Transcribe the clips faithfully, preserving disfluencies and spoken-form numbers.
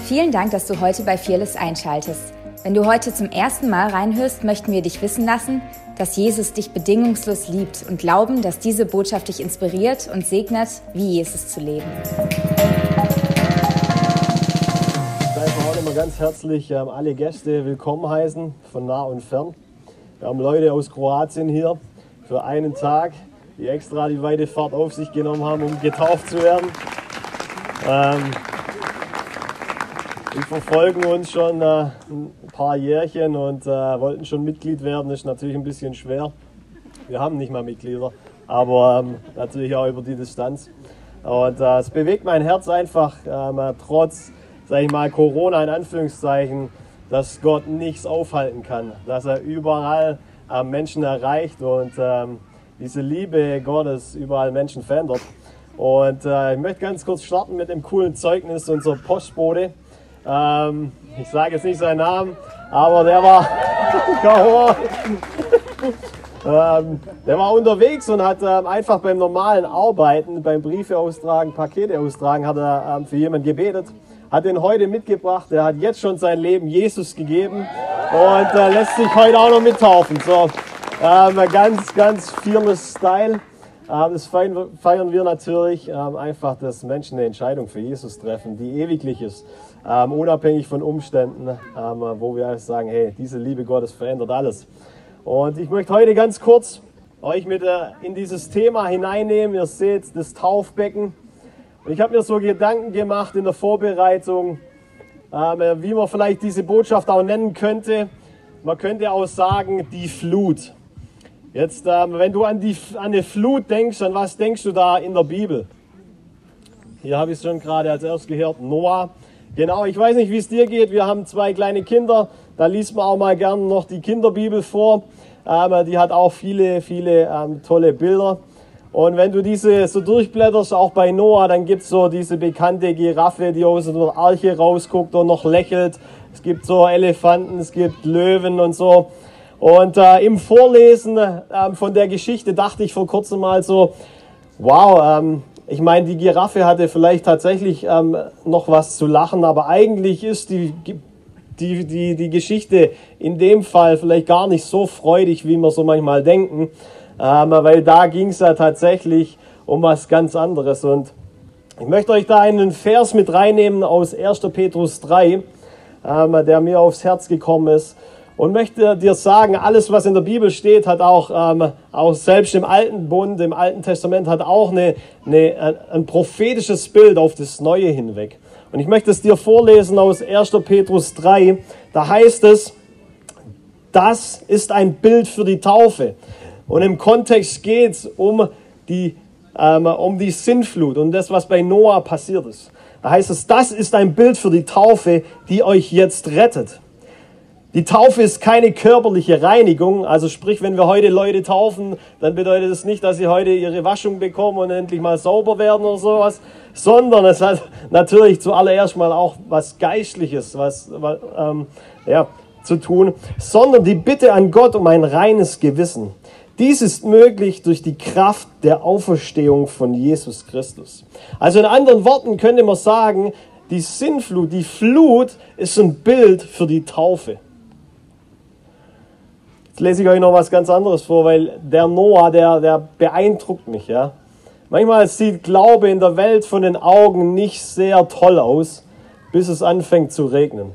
Vielen Dank, dass du heute bei Fearless einschaltest. Wenn du heute zum ersten Mal reinhörst, möchten wir dich wissen lassen, dass Jesus dich bedingungslos liebt und glauben, dass diese Botschaft dich inspiriert und segnet, wie Jesus zu leben. Ich darf auch nochmal ganz herzlich ähm, alle Gäste willkommen heißen, von nah und fern. Wir haben Leute aus Kroatien hier für einen Tag, die extra die weite Fahrt auf sich genommen haben, um getauft zu werden. Ähm, die verfolgen uns schon äh, ein paar Jährchen und äh, wollten schon Mitglied werden. Das ist natürlich ein bisschen schwer. Wir haben nicht mal Mitglieder, aber ähm, natürlich auch über die Distanz. Und äh, es bewegt mein Herz einfach, ähm, trotz, sag ich mal, Corona in Anführungszeichen, dass Gott nichts aufhalten kann, dass er überall äh, Menschen erreicht und ähm, diese Liebe Gottes überall Menschen verändert. Und äh, ich möchte ganz kurz starten mit einem coolen Zeugnis. Unser Postbote, ähm, ich sage jetzt nicht seinen Namen, aber der war, ähm, der war unterwegs und hat ähm, einfach beim normalen Arbeiten, beim Briefe austragen, Pakete austragen, hat er ähm, für jemanden gebetet, hat ihn heute mitgebracht. Er hat jetzt schon sein Leben Jesus gegeben und äh, lässt sich heute auch noch mittaufen. So, ähm, ganz, ganz fearless Style. Ähm, das feiern, feiern wir natürlich ähm, einfach, dass Menschen eine Entscheidung für Jesus treffen, die ewiglich ist. Ähm, unabhängig von Umständen, ähm, wo wir sagen, hey, diese Liebe Gottes verändert alles. Und ich möchte heute ganz kurz euch mit äh, in dieses Thema hineinnehmen. Ihr seht das Taufbecken. Und ich habe mir so Gedanken gemacht in der Vorbereitung, ähm, wie man vielleicht diese Botschaft auch nennen könnte. Man könnte auch sagen, die Flut. Jetzt, ähm, wenn du an, die, an eine Flut denkst, an was denkst du da in der Bibel? Hier habe ich es schon gerade als erstes gehört, Noah. Genau, ich weiß nicht, wie es dir geht. Wir haben zwei kleine Kinder. Da liest man auch mal gern noch die Kinderbibel vor. Ähm, die hat auch viele, viele ähm, tolle Bilder. Und wenn du diese so durchblätterst, auch bei Noah, dann gibt es so diese bekannte Giraffe, die aus der Arche rausguckt und noch lächelt. Es gibt so Elefanten, es gibt Löwen und so. Und äh, im Vorlesen äh, von der Geschichte dachte ich vor kurzem mal so, wow, ähm, ich meine, die Giraffe hatte vielleicht tatsächlich ähm, noch was zu lachen, aber eigentlich ist die, die, die, die Geschichte in dem Fall vielleicht gar nicht so freudig, wie wir so manchmal denken, ähm, weil da ging es ja tatsächlich um was ganz anderes. Und ich möchte euch da einen Vers mit reinnehmen aus erster Petrus drei, ähm, der mir aufs Herz gekommen ist. Und möchte dir sagen, alles, was in der Bibel steht, hat auch, ähm, auch selbst im Alten Bund, im Alten Testament, hat auch eine, eine, ein prophetisches Bild auf das Neue hinweg. Und ich möchte es dir vorlesen aus erster Petrus drei. Da heißt es, das ist ein Bild für die Taufe. Und im Kontext geht es um die, ähm, um die Sintflut und das, was bei Noah passiert ist. Da heißt es, das ist ein Bild für die Taufe, die euch jetzt rettet. Die Taufe ist keine körperliche Reinigung, also sprich, wenn wir heute Leute taufen, dann bedeutet das nicht, dass sie heute ihre Waschung bekommen und endlich mal sauber werden oder sowas, sondern es hat natürlich zuallererst mal auch was Geistliches was, was, ähm, ja, zu tun, sondern die Bitte an Gott um ein reines Gewissen. Dies ist möglich durch die Kraft der Auferstehung von Jesus Christus. Also in anderen Worten könnte man sagen, die Sintflut, die Flut ist ein Bild für die Taufe. Jetzt lese ich euch noch was ganz anderes vor, weil der Noah, der, der beeindruckt mich. Ja. Manchmal sieht Glaube in der Welt von den Augen nicht sehr toll aus, bis es anfängt zu regnen.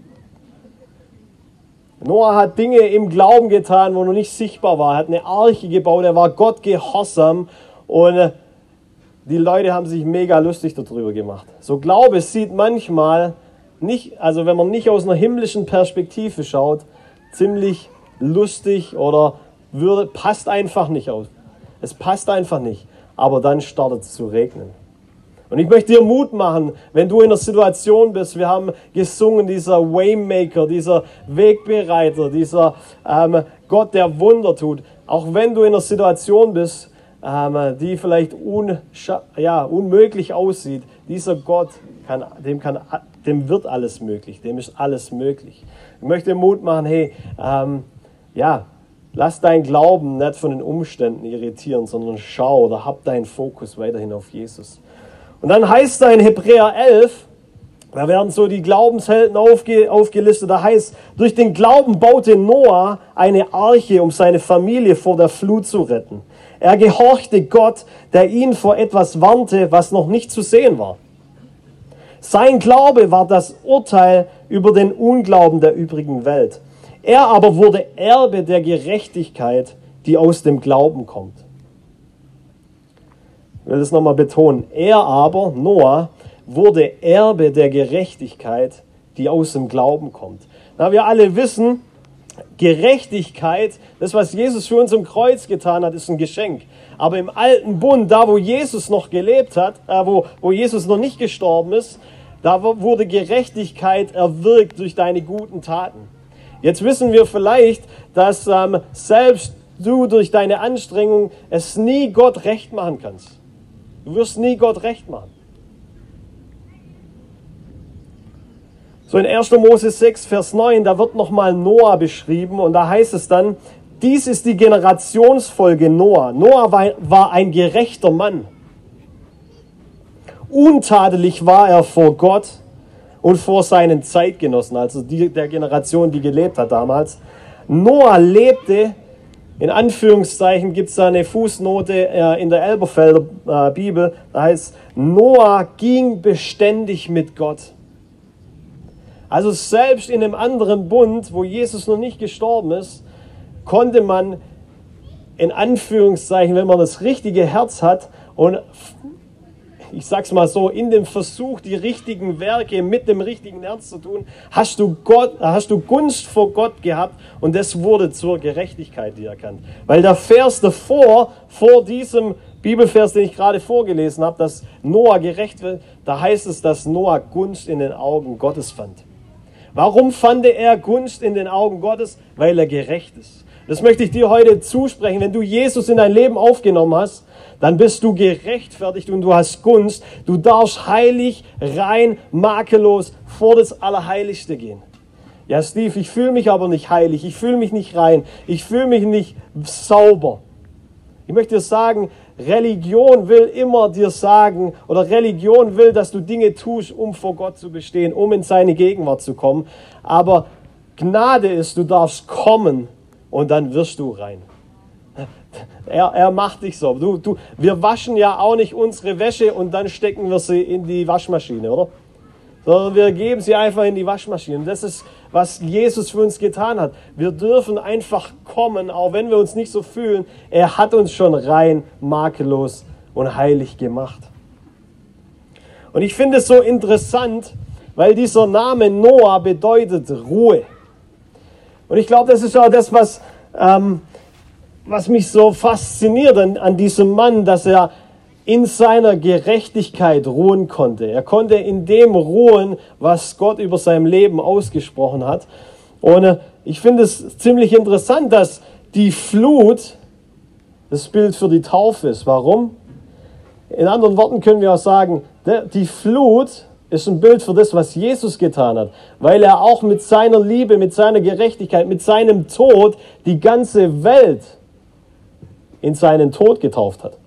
Noah hat Dinge im Glauben getan, wo noch nicht sichtbar war. Er hat eine Arche gebaut, er war Gott gehorsam und die Leute haben sich mega lustig darüber gemacht. So Glaube sieht manchmal nicht, also wenn man nicht aus einer himmlischen Perspektive schaut, ziemlich lustig oder würde, passt einfach nicht aus. Es passt einfach nicht. Aber dann startet es zu regnen. Und ich möchte dir Mut machen, wenn du in einer Situation bist, wir haben gesungen, dieser Waymaker, dieser Wegbereiter, dieser ähm, Gott, der Wunder tut. Auch wenn du in einer Situation bist, ähm, die vielleicht un, ja, unmöglich aussieht, dieser Gott, kann, dem, kann, dem wird alles möglich, dem ist alles möglich. Ich möchte Mut machen, hey, ähm, ja, lass deinen Glauben nicht von den Umständen irritieren, sondern schau oder hab deinen Fokus weiterhin auf Jesus. Und dann heißt es in Hebräer elf, Da werden so die Glaubenshelden aufge, aufgelistet. Da heißt, durch den Glauben baute Noah eine Arche, um seine Familie vor der Flut zu retten. Er gehorchte Gott, der ihn vor etwas warnte, was noch nicht zu sehen war. Sein Glaube war das Urteil über den Unglauben der übrigen Welt. Er aber wurde Erbe der Gerechtigkeit, die aus dem Glauben kommt. Ich will das nochmal betonen. Er aber, Noah, wurde Erbe der Gerechtigkeit, die aus dem Glauben kommt. Na, wir alle wissen, Gerechtigkeit, das, was Jesus für uns am Kreuz getan hat, ist ein Geschenk. Aber im alten Bund, da wo Jesus noch gelebt hat, äh, wo, wo Jesus noch nicht gestorben ist, da wurde Gerechtigkeit erwirkt durch deine guten Taten. Jetzt wissen wir vielleicht, dass ähm, selbst du durch deine Anstrengung es nie Gott recht machen kannst. Du wirst nie Gott recht machen. So in erster Mose sechs, Vers neun, da wird nochmal Noah beschrieben und da heißt es dann, dies ist die Generationsfolge Noah. Noah war, war ein gerechter Mann. Untadelig war er vor Gott und vor seinen Zeitgenossen, also die, der Generation, die gelebt hat damals. Noah lebte, in Anführungszeichen gibt es da eine Fußnote äh, in der Elberfelder äh, Bibel, da heißt, Noah ging beständig mit Gott. Also selbst in einem anderen Bund, wo Jesus noch nicht gestorben ist, konnte man in Anführungszeichen, wenn man das richtige Herz hat und ich sag's mal so, in dem Versuch, die richtigen Werke mit dem richtigen Herz zu tun, hast du Gott, hast du Gunst vor Gott gehabt und das wurde zur Gerechtigkeit dir erkannt. Weil der Vers davor, vor diesem Bibelvers, den ich gerade vorgelesen habe, dass Noah gerecht wird, da heißt es, dass Noah Gunst in den Augen Gottes fand. Warum fand er Gunst in den Augen Gottes? Weil er gerecht ist. Das möchte ich dir heute zusprechen. Wenn du Jesus in dein Leben aufgenommen hast, dann bist du gerechtfertigt und du hast Gunst. Du darfst heilig, rein, makellos vor das Allerheiligste gehen. Ja, Steve, ich fühle mich aber nicht heilig, ich fühle mich nicht rein, ich fühle mich nicht sauber. Ich möchte dir sagen, Religion will immer dir sagen, oder Religion will, dass du Dinge tust, um vor Gott zu bestehen, um in seine Gegenwart zu kommen. Aber Gnade ist, du darfst kommen und dann wirst du rein. Er, er macht dich so. Du, du, wir waschen ja auch nicht unsere Wäsche und dann stecken wir sie in die Waschmaschine, oder? Sondern wir geben sie einfach in die Waschmaschine. Und das ist, was Jesus für uns getan hat. Wir dürfen einfach kommen, auch wenn wir uns nicht so fühlen. Er hat uns schon rein, makellos und heilig gemacht. Und ich finde es so interessant, weil dieser Name Noah bedeutet Ruhe. Und ich glaube, das ist auch das, was... Ähm, was mich so fasziniert an, an diesem Mann, dass er in seiner Gerechtigkeit ruhen konnte. Er konnte in dem ruhen, was Gott über sein Leben ausgesprochen hat. Und ich finde es ziemlich interessant, dass die Flut das Bild für die Taufe ist. Warum? In anderen Worten können wir auch sagen, die Flut ist ein Bild für das, was Jesus getan hat, weil er auch mit seiner Liebe, mit seiner Gerechtigkeit, mit seinem Tod die ganze Welt in seinen Tod getauft hat.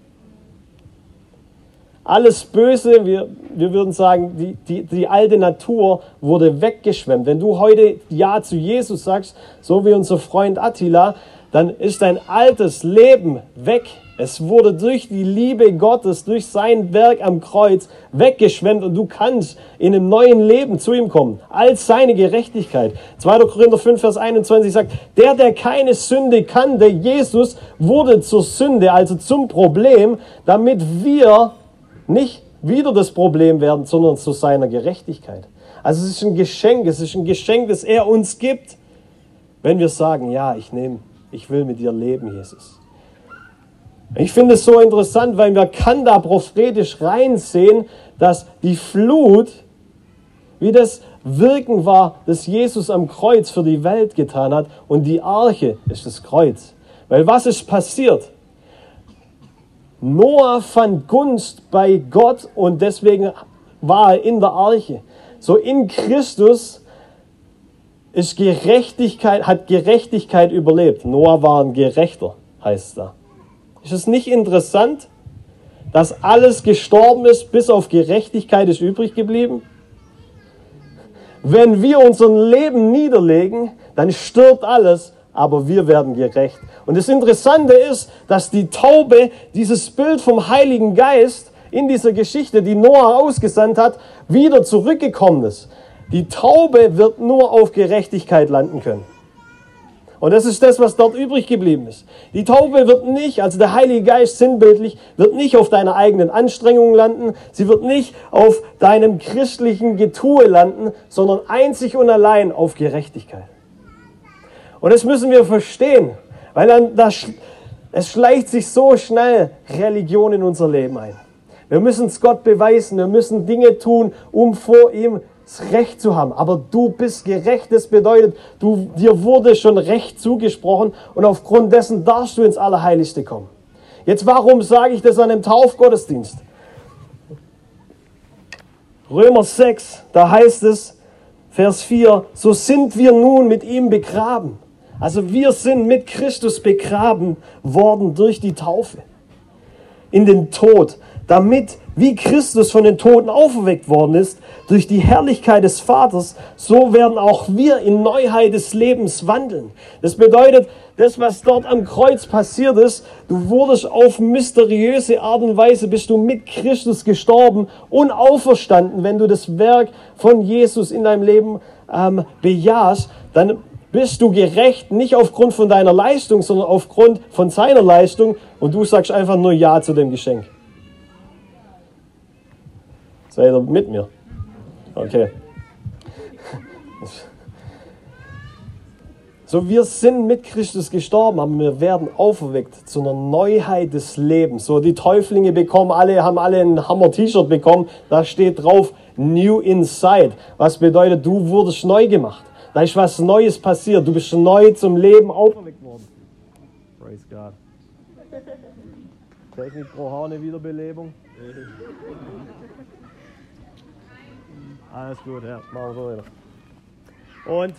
Alles Böse, wir, wir würden sagen, die, die, die alte Natur wurde weggeschwemmt. Wenn du heute Ja zu Jesus sagst, so wie unser Freund Attila, dann ist dein altes Leben weg. Es wurde durch die Liebe Gottes, durch sein Werk am Kreuz weggeschwemmt und du kannst in einem neuen Leben zu ihm kommen, als seine Gerechtigkeit. zweiter Korinther fünf, Vers einundzwanzig sagt, der, der keine Sünde kannte, Jesus, wurde zur Sünde, also zum Problem, damit wir nicht wieder das Problem werden, sondern zu seiner Gerechtigkeit. Also es ist ein Geschenk, es ist ein Geschenk, das er uns gibt, wenn wir sagen, ja, ich nehme, ich will mit dir leben, Jesus. Ich finde es so interessant, weil man kann da prophetisch reinsehen, dass die Flut, wie das Wirken war, das Jesus am Kreuz für die Welt getan hat, und die Arche ist das Kreuz. Weil was ist passiert? Noah fand Gunst bei Gott und deswegen war er in der Arche. So in Christus ist Gerechtigkeit, hat Gerechtigkeit überlebt. Noah war ein Gerechter, heißt es da. Ist es nicht interessant, dass alles gestorben ist, bis auf Gerechtigkeit ist übrig geblieben? wenn wir unser Leben niederlegen, dann stirbt alles, aber wir werden gerecht. Und das Interessante ist, dass die Taube, dieses Bild vom Heiligen Geist in dieser Geschichte, die Noah ausgesandt hat, wieder zurückgekommen ist. Die Taube wird nur auf Gerechtigkeit landen können. Und das ist das, was dort übrig geblieben ist. Die Taube wird nicht, also der Heilige Geist sinnbildlich, wird nicht auf deiner eigenen Anstrengung landen. Sie wird nicht auf deinem christlichen Getue landen, sondern einzig und allein auf Gerechtigkeit. Und das müssen wir verstehen, weil dann das, es schleicht sich so schnell Religion in unser Leben ein. Wir müssen es Gott beweisen, wir müssen Dinge tun, um vor ihm das Recht zu haben. Aber du bist gerecht, das bedeutet, du, dir wurde schon Recht zugesprochen und aufgrund dessen darfst du ins Allerheiligste kommen. Jetzt, warum sage ich das an dem Taufgottesdienst? Römer sechs, da heißt es, Vers vier, so sind wir nun mit ihm begraben. Also wir sind mit Christus begraben worden durch die Taufe in den Tod, damit, wie Christus von den Toten auferweckt worden ist, durch die Herrlichkeit des Vaters, so werden auch wir in Neuheit des Lebens wandeln. Das bedeutet, das, was dort am Kreuz passiert ist, du wurdest auf mysteriöse Art und Weise, bist du mit Christus gestorben und auferstanden. Wenn du das Werk von Jesus in deinem Leben ähm, bejahst, dann bist du gerecht, nicht aufgrund von deiner Leistung, sondern aufgrund von seiner Leistung und du sagst einfach nur Ja zu dem Geschenk. Seid ihr mit mir? Okay. So, wir sind mit Christus gestorben, aber wir werden auferweckt zu einer Neuheit des Lebens. So, die Täuflinge bekommen alle, haben alle ein Hammer-T-Shirt bekommen, da steht drauf New Inside. Was bedeutet, du wurdest neu gemacht. Da ist was Neues passiert, du bist neu zum Leben auferweckt worden. Praise God. Technik braucht auch eine Wiederbelebung. Alles gut, ja, machen wir so weiter. Und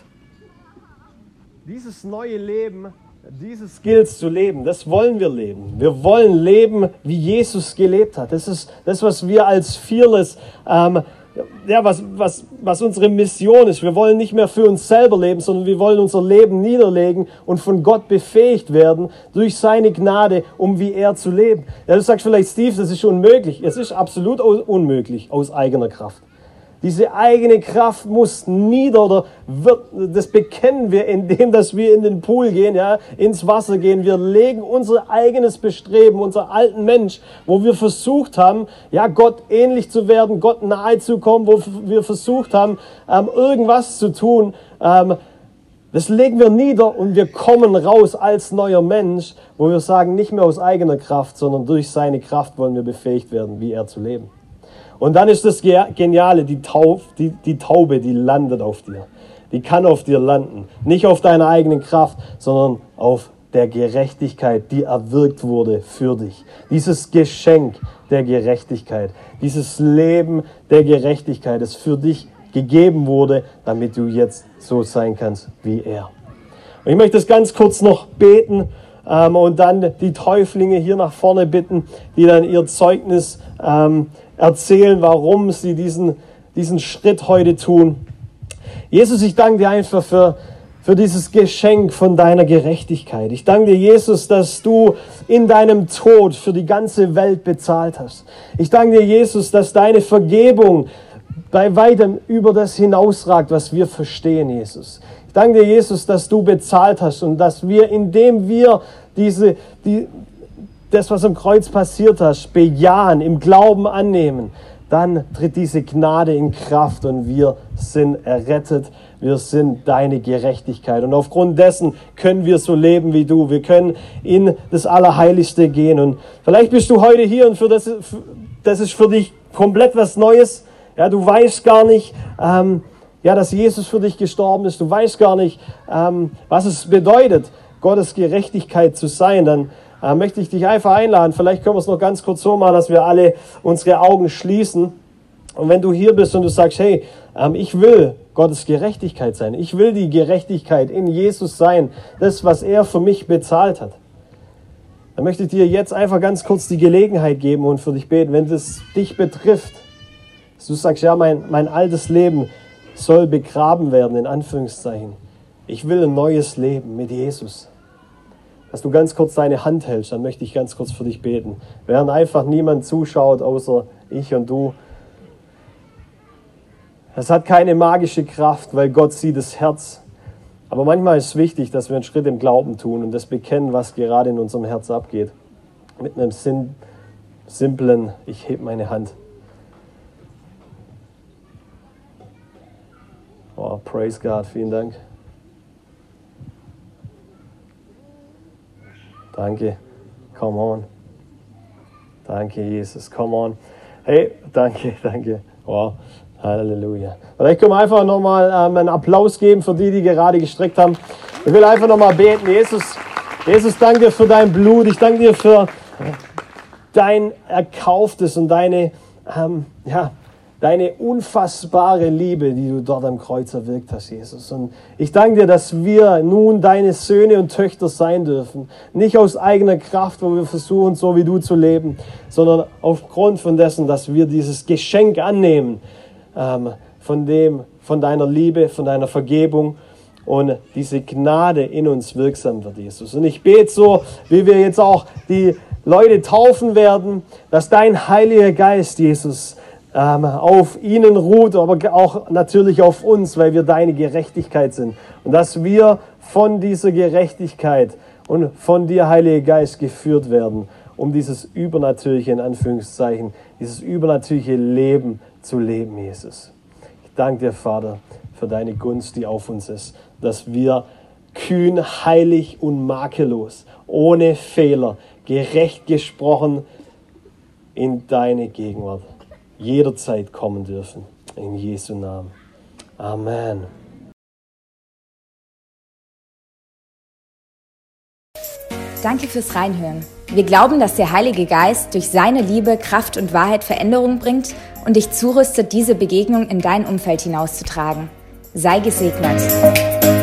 dieses neue Leben, diese Skills zu leben, das wollen wir leben. Wir wollen leben, wie Jesus gelebt hat. Das ist das, was wir als Fearless, ähm, ja, was, was, was unsere Mission ist. Wir wollen nicht mehr für uns selber leben, sondern wir wollen unser Leben niederlegen und von Gott befähigt werden durch seine Gnade, um wie er zu leben. Ja, du sagst vielleicht, Steve, das ist unmöglich. Es ist absolut unmöglich aus eigener Kraft. Diese eigene Kraft muss nieder, oder wird, das bekennen wir, indem dass wir in den Pool gehen, ja, ins Wasser gehen. Wir legen unser eigenes Bestreben, unser alten Mensch, wo wir versucht haben, ja, Gott ähnlich zu werden, Gott nahe zu kommen, wo wir versucht haben, ähm, irgendwas zu tun. Ähm, das legen wir nieder und wir kommen raus als neuer Mensch, wo wir sagen, nicht mehr aus eigener Kraft, sondern durch seine Kraft wollen wir befähigt werden, wie er zu leben. Und dann ist das Geniale, die, Tauf, die, die Taube, die landet auf dir. Die kann auf dir landen. Nicht auf deiner eigenen Kraft, sondern auf der Gerechtigkeit, die erwirkt wurde für dich. Dieses Geschenk der Gerechtigkeit, dieses Leben der Gerechtigkeit, das für dich gegeben wurde, damit du jetzt so sein kannst wie er. Und ich möchte das ganz kurz noch beten ähm, und dann die Täuflinge hier nach vorne bitten, die dann ihr Zeugnis ähm, erzählen, warum sie diesen, diesen Schritt heute tun. Jesus, ich danke dir einfach für, für dieses Geschenk von deiner Gerechtigkeit. Ich danke dir, Jesus, dass du in deinem Tod für die ganze Welt bezahlt hast. Ich danke dir, Jesus, dass deine Vergebung bei weitem über das hinausragt, was wir verstehen, Jesus. Ich danke dir, Jesus, dass du bezahlt hast und dass wir, indem wir diese, die, das, was am Kreuz passiert ist, bejahen, im Glauben annehmen, dann tritt diese Gnade in Kraft und wir sind errettet, wir sind deine Gerechtigkeit. Und aufgrund dessen können wir so leben wie du. Wir können in das Allerheiligste gehen. Und vielleicht bist du heute hier und für das, das ist für dich komplett was Neues. Ja, du weißt gar nicht, ähm, ja, dass Jesus für dich gestorben ist. Du weißt gar nicht, ähm, was es bedeutet, Gottes Gerechtigkeit zu sein. Dann äh, möchte ich dich einfach einladen. Vielleicht können wir es noch ganz kurz so machen, dass wir alle unsere Augen schließen. Und wenn du hier bist und du sagst, hey, ähm, ich will Gottes Gerechtigkeit sein. Ich will die Gerechtigkeit in Jesus sein. Das, was er für mich bezahlt hat. Dann möchte ich dir jetzt einfach ganz kurz die Gelegenheit geben und für dich beten, wenn das dich betrifft. Dass du sagst, ja, mein, mein altes Leben soll begraben werden, in Anführungszeichen. Ich will ein neues Leben mit Jesus. Dass du ganz kurz deine Hand hältst, dann möchte ich ganz kurz für dich beten. Während einfach niemand zuschaut, außer ich und du. Das hat keine magische Kraft, weil Gott sieht das Herz. Aber manchmal ist es wichtig, dass wir einen Schritt im Glauben tun und das bekennen, was gerade in unserem Herz abgeht. Mit einem sim- simplen, ich heb meine Hand. Oh, praise God, vielen Dank. Danke, come on. Danke, Jesus, come on. Hey, danke, danke. Wow, Halleluja. Vielleicht können wir einfach nochmal ähm, einen Applaus geben für die, die gerade gestreckt haben. Ich will einfach nochmal beten. Jesus, Jesus, danke dir für dein Blut. Ich danke dir für dein Erkauftes und deine, ähm, ja, deine unfassbare Liebe, die du dort am Kreuz erwirkt hast, Jesus. Und ich danke dir, dass wir nun deine Söhne und Töchter sein dürfen. Nicht aus eigener Kraft, wo wir versuchen, so wie du zu leben, sondern aufgrund von dessen, dass wir dieses Geschenk annehmen, ähm, von dem, von deiner Liebe, von deiner Vergebung und diese Gnade in uns wirksam wird, Jesus. Und ich bete so, wie wir jetzt auch die Leute taufen werden, dass dein Heiliger Geist, Jesus, auf ihnen ruht, aber auch natürlich auf uns, weil wir deine Gerechtigkeit sind. Und dass wir von dieser Gerechtigkeit und von dir, Heiliger Geist, geführt werden, um dieses übernatürliche, in Anführungszeichen, dieses übernatürliche Leben zu leben, Jesus. Ich danke dir, Vater, für deine Gunst, die auf uns ist, dass wir kühn, heilig und makellos, ohne Fehler, gerecht gesprochen in deine Gegenwart jederzeit kommen dürfen. In Jesu Namen. Amen. Danke fürs Reinhören. Wir glauben, dass der Heilige Geist durch seine Liebe, Kraft und Wahrheit Veränderung bringt und dich zurüstet, diese Begegnung in dein Umfeld hinauszutragen. Sei gesegnet.